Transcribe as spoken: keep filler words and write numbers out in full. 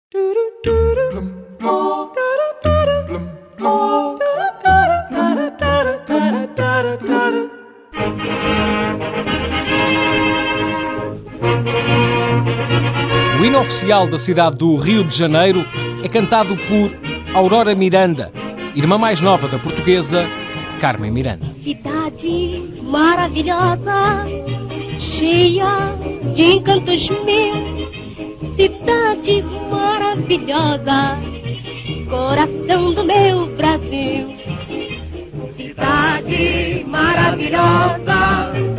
O hino oficial da cidade do Rio de Janeiro é cantado por Aurora Miranda, irmã mais nova da portuguesa Carmen Miranda. Cidade maravilhosa, cheia de encantos meus. Cidade maravilhosa, coração do meu Brasil. Cidade maravilhosa,